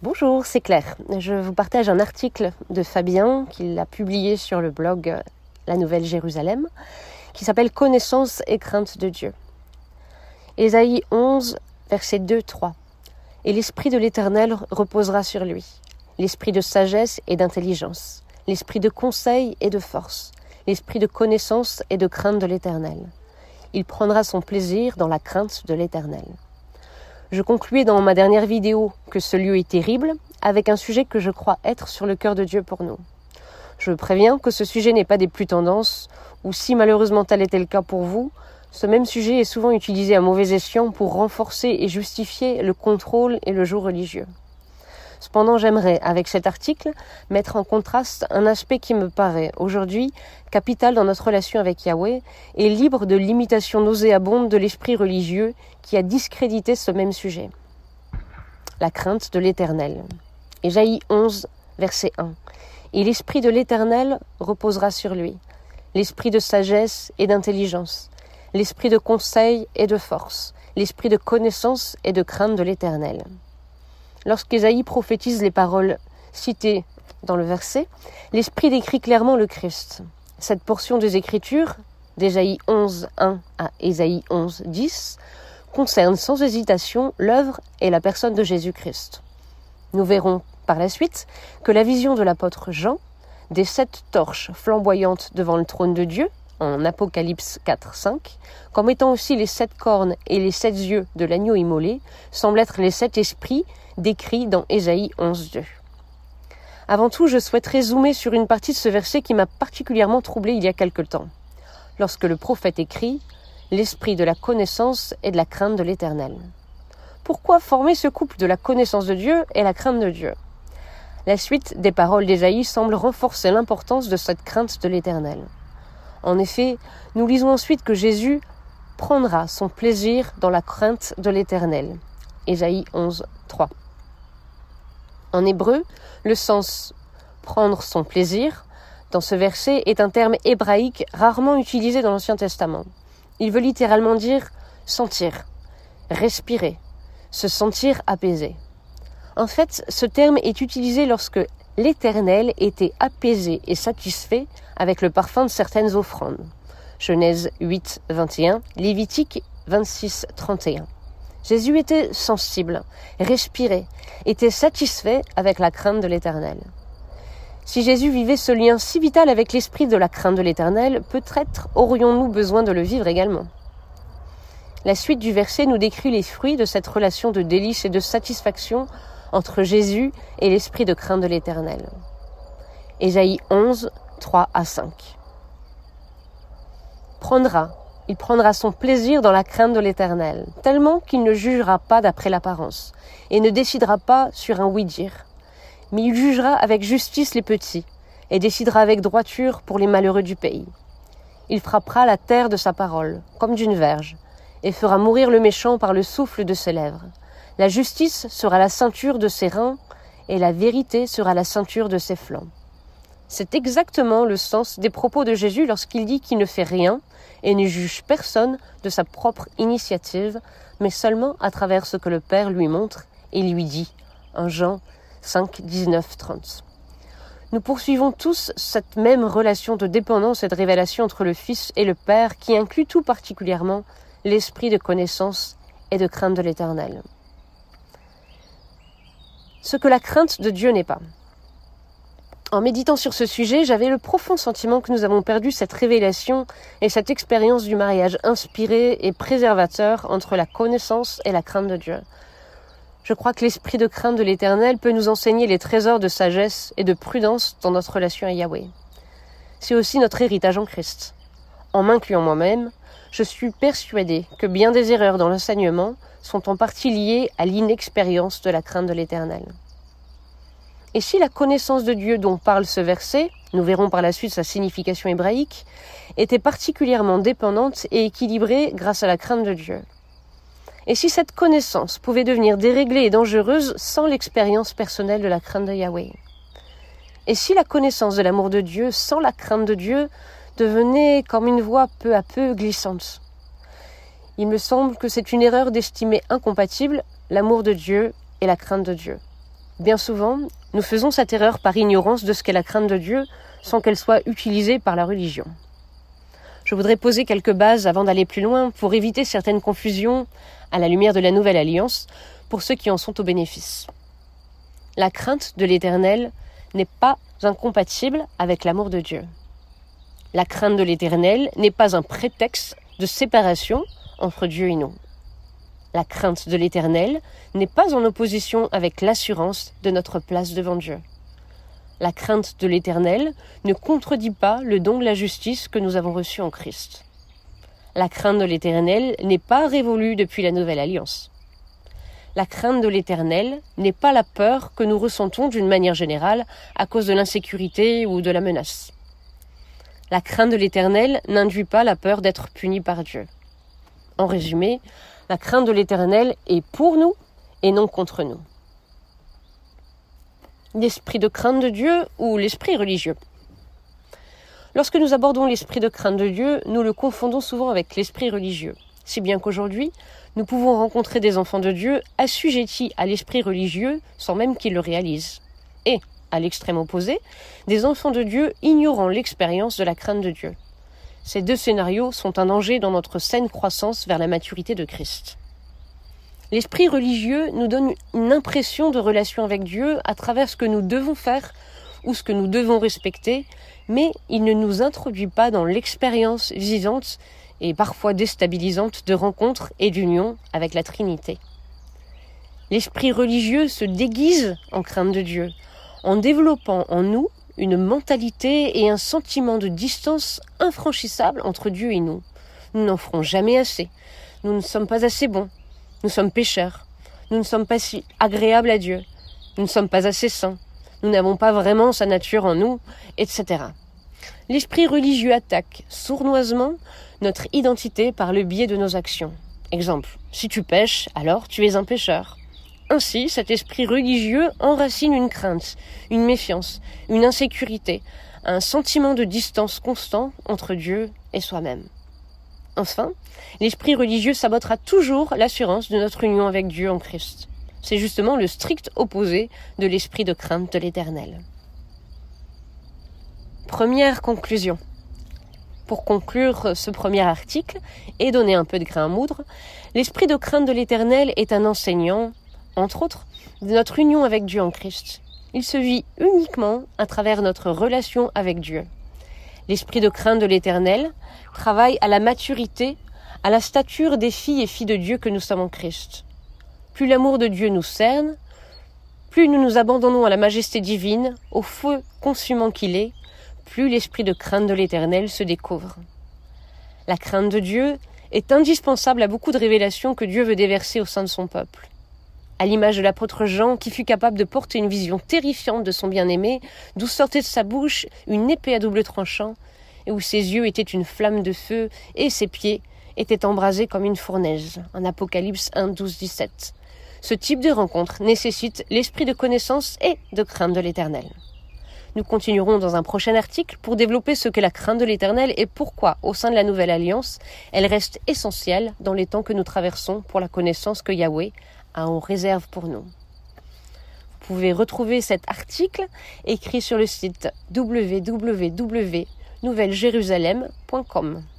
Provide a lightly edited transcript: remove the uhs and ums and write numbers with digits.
Bonjour, c'est Claire. Je vous partage un article de Fabien qu'il a publié sur le blog La Nouvelle Jérusalem qui s'appelle « Connaissance et crainte de Dieu ». Ésaïe 11, versets 2-3. « Et l'Esprit de l'Éternel reposera sur lui, l'Esprit de sagesse et d'intelligence, l'Esprit de conseil et de force, l'Esprit de connaissance et de crainte de l'Éternel. Il prendra son plaisir dans la crainte de l'Éternel. » Je concluais dans ma dernière vidéo que ce lieu est terrible, avec un sujet que je crois être sur le cœur de Dieu pour nous. Je préviens que ce sujet n'est pas des plus tendances, ou si malheureusement tel était le cas pour vous, ce même sujet est souvent utilisé à mauvais escient pour renforcer et justifier le contrôle et le joug religieux. Cependant, j'aimerais, avec cet article, mettre en contraste un aspect qui me paraît, aujourd'hui, capital dans notre relation avec Yahweh et libre de l'imitation nauséabonde de l'esprit religieux qui a discrédité ce même sujet. La crainte de l'Éternel. Ésaïe 11, verset 1. « Et l'Esprit de l'Éternel reposera sur lui, l'Esprit de sagesse et d'intelligence, l'Esprit de conseil et de force, l'Esprit de connaissance et de crainte de l'Éternel. » Lorsqu'Ésaïe prophétise les paroles citées dans le verset, l'Esprit décrit clairement le Christ. Cette portion des Écritures, d'Ésaïe 11, 1 à Ésaïe 11, 10, concerne sans hésitation l'œuvre et la personne de Jésus-Christ. Nous verrons par la suite que la vision de l'apôtre Jean, des 7 torches flamboyantes devant le trône de Dieu, en Apocalypse 4, 5, comme étant aussi les 7 cornes et les 7 yeux de l'agneau immolé, semblent être les 7 esprits décrits dans Ésaïe 11, 2. Avant tout, je souhaiterais zoomer sur une partie de ce verset qui m'a particulièrement troublé il y a quelque temps, lorsque le prophète écrit « L'esprit de la connaissance et de la crainte de l'Éternel ». Pourquoi former ce couple de la connaissance de Dieu et la crainte de Dieu ? La suite des paroles d'Ésaïe semble renforcer l'importance de cette crainte de l'Éternel. En effet, nous lisons ensuite que Jésus prendra son plaisir dans la crainte de l'Éternel. Ésaïe 11, 3. En hébreu, le sens « prendre son plaisir » dans ce verset est un terme hébraïque rarement utilisé dans l'Ancien Testament. Il veut littéralement dire « sentir »,« respirer »,« se sentir apaisé ». En fait, ce terme est utilisé lorsque l'Éternel était apaisé et satisfait avec le parfum de certaines offrandes. Genèse 8, 21, Lévitique 26, 31. Jésus était sensible, respirait, était satisfait avec la crainte de l'Éternel. Si Jésus vivait ce lien si vital avec l'esprit de la crainte de l'Éternel, peut-être aurions-nous besoin de le vivre également. La suite du verset nous décrit les fruits de cette relation de délice et de satisfaction entre Jésus et l'esprit de crainte de l'Éternel. Ésaïe 11, 3 à 5. Il prendra son plaisir dans la crainte de l'Éternel, tellement qu'il ne jugera pas d'après l'apparence, et ne décidera pas sur un oui-dire. Mais il jugera avec justice les petits, et décidera avec droiture pour les malheureux du pays. Il frappera la terre de sa parole, comme d'une verge, et fera mourir le méchant par le souffle de ses lèvres. La justice sera la ceinture de ses reins, et la vérité sera la ceinture de ses flancs. C'est exactement le sens des propos de Jésus lorsqu'il dit qu'il ne fait rien et ne juge personne de sa propre initiative, mais seulement à travers ce que le Père lui montre et lui dit, en Jean 5, 19, 30. Nous poursuivons tous cette même relation de dépendance et de révélation entre le Fils et le Père qui inclut tout particulièrement l'esprit de connaissance et de crainte de l'Éternel. Ce que la crainte de Dieu n'est pas. En méditant sur ce sujet, j'avais le profond sentiment que nous avons perdu cette révélation et cette expérience du mariage inspiré et préservateur entre la connaissance et la crainte de Dieu. Je crois que l'esprit de crainte de l'Éternel peut nous enseigner les trésors de sagesse et de prudence dans notre relation à Yahweh. C'est aussi notre héritage en Christ. En m'incluant moi-même, je suis persuadée que bien des erreurs dans l'enseignement sont en partie liées à l'inexpérience de la crainte de l'Éternel. Et si la connaissance de Dieu dont parle ce verset, nous verrons par la suite sa signification hébraïque, était particulièrement dépendante et équilibrée grâce à la crainte de Dieu? Et si cette connaissance pouvait devenir déréglée et dangereuse sans l'expérience personnelle de la crainte de Yahweh? Et si la connaissance de l'amour de Dieu sans la crainte de Dieu devenait comme une voie peu à peu glissante? Il me semble que c'est une erreur d'estimer incompatibles l'amour de Dieu et la crainte de Dieu. Bien souvent, nous faisons cette erreur par ignorance de ce qu'est la crainte de Dieu sans qu'elle soit utilisée par la religion. Je voudrais poser quelques bases avant d'aller plus loin pour éviter certaines confusions à la lumière de la Nouvelle Alliance pour ceux qui en sont au bénéfice. La crainte de l'Éternel n'est pas incompatible avec l'amour de Dieu. La crainte de l'Éternel n'est pas un prétexte de séparation entre Dieu et nous. La crainte de l'Éternel n'est pas en opposition avec l'assurance de notre place devant Dieu. La crainte de l'Éternel ne contredit pas le don de la justice que nous avons reçu en Christ. La crainte de l'Éternel n'est pas révolue depuis la Nouvelle Alliance. La crainte de l'Éternel n'est pas la peur que nous ressentons d'une manière générale à cause de l'insécurité ou de la menace. La crainte de l'Éternel n'induit pas la peur d'être puni par Dieu. En résumé, la crainte de l'Éternel est pour nous et non contre nous. L'esprit de crainte de Dieu ou l'esprit religieux. Lorsque nous abordons l'esprit de crainte de Dieu, nous le confondons souvent avec l'esprit religieux. Si bien qu'aujourd'hui, nous pouvons rencontrer des enfants de Dieu assujettis à l'esprit religieux sans même qu'ils le réalisent. Et, à l'extrême opposé, des enfants de Dieu ignorant l'expérience de la crainte de Dieu. Ces deux scénarios sont un danger dans notre saine croissance vers la maturité de Christ. L'esprit religieux nous donne une impression de relation avec Dieu à travers ce que nous devons faire ou ce que nous devons respecter, mais il ne nous introduit pas dans l'expérience vivante et parfois déstabilisante de rencontre et d'union avec la Trinité. L'esprit religieux se déguise en crainte de Dieu, en développant en nous une mentalité et un sentiment de distance infranchissable entre Dieu et nous. Nous n'en ferons jamais assez. Nous ne sommes pas assez bons. Nous sommes pécheurs. Nous ne sommes pas si agréables à Dieu. Nous ne sommes pas assez saints. Nous n'avons pas vraiment sa nature en nous, etc. L'esprit religieux attaque sournoisement notre identité par le biais de nos actions. Exemple, si tu pèches, alors tu es un pécheur. Ainsi, cet esprit religieux enracine une crainte, une méfiance, une insécurité, un sentiment de distance constant entre Dieu et soi-même. Enfin, l'esprit religieux sabotera toujours l'assurance de notre union avec Dieu en Christ. C'est justement le strict opposé de l'esprit de crainte de l'Éternel. Première conclusion. Pour conclure ce premier article et donner un peu de grain à moudre, l'esprit de crainte de l'Éternel est un enseignant, entre autres, de notre union avec Dieu en Christ. Il se vit uniquement à travers notre relation avec Dieu. L'esprit de crainte de l'Éternel travaille à la maturité, à la stature des filles et filles de Dieu que nous sommes en Christ. Plus l'amour de Dieu nous cerne, plus nous nous abandonnons à la majesté divine, au feu consumant qu'il est, plus l'esprit de crainte de l'Éternel se découvre. La crainte de Dieu est indispensable à beaucoup de révélations que Dieu veut déverser au sein de son peuple. À l'image de l'apôtre Jean qui fut capable de porter une vision terrifiante de son bien-aimé, d'où sortait de sa bouche une épée à double tranchant, et où ses yeux étaient une flamme de feu, et ses pieds étaient embrasés comme une fournaise. En Apocalypse 1, 12, 17. Ce type de rencontre nécessite l'esprit de connaissance et de crainte de l'Éternel. Nous continuerons dans un prochain article pour développer ce qu'est la crainte de l'Éternel et pourquoi, au sein de la Nouvelle Alliance, elle reste essentielle dans les temps que nous traversons pour la connaissance que Yahweh a en réserve pour nous. Vous pouvez retrouver cet article écrit sur le site www.nouvellejerusalem.com.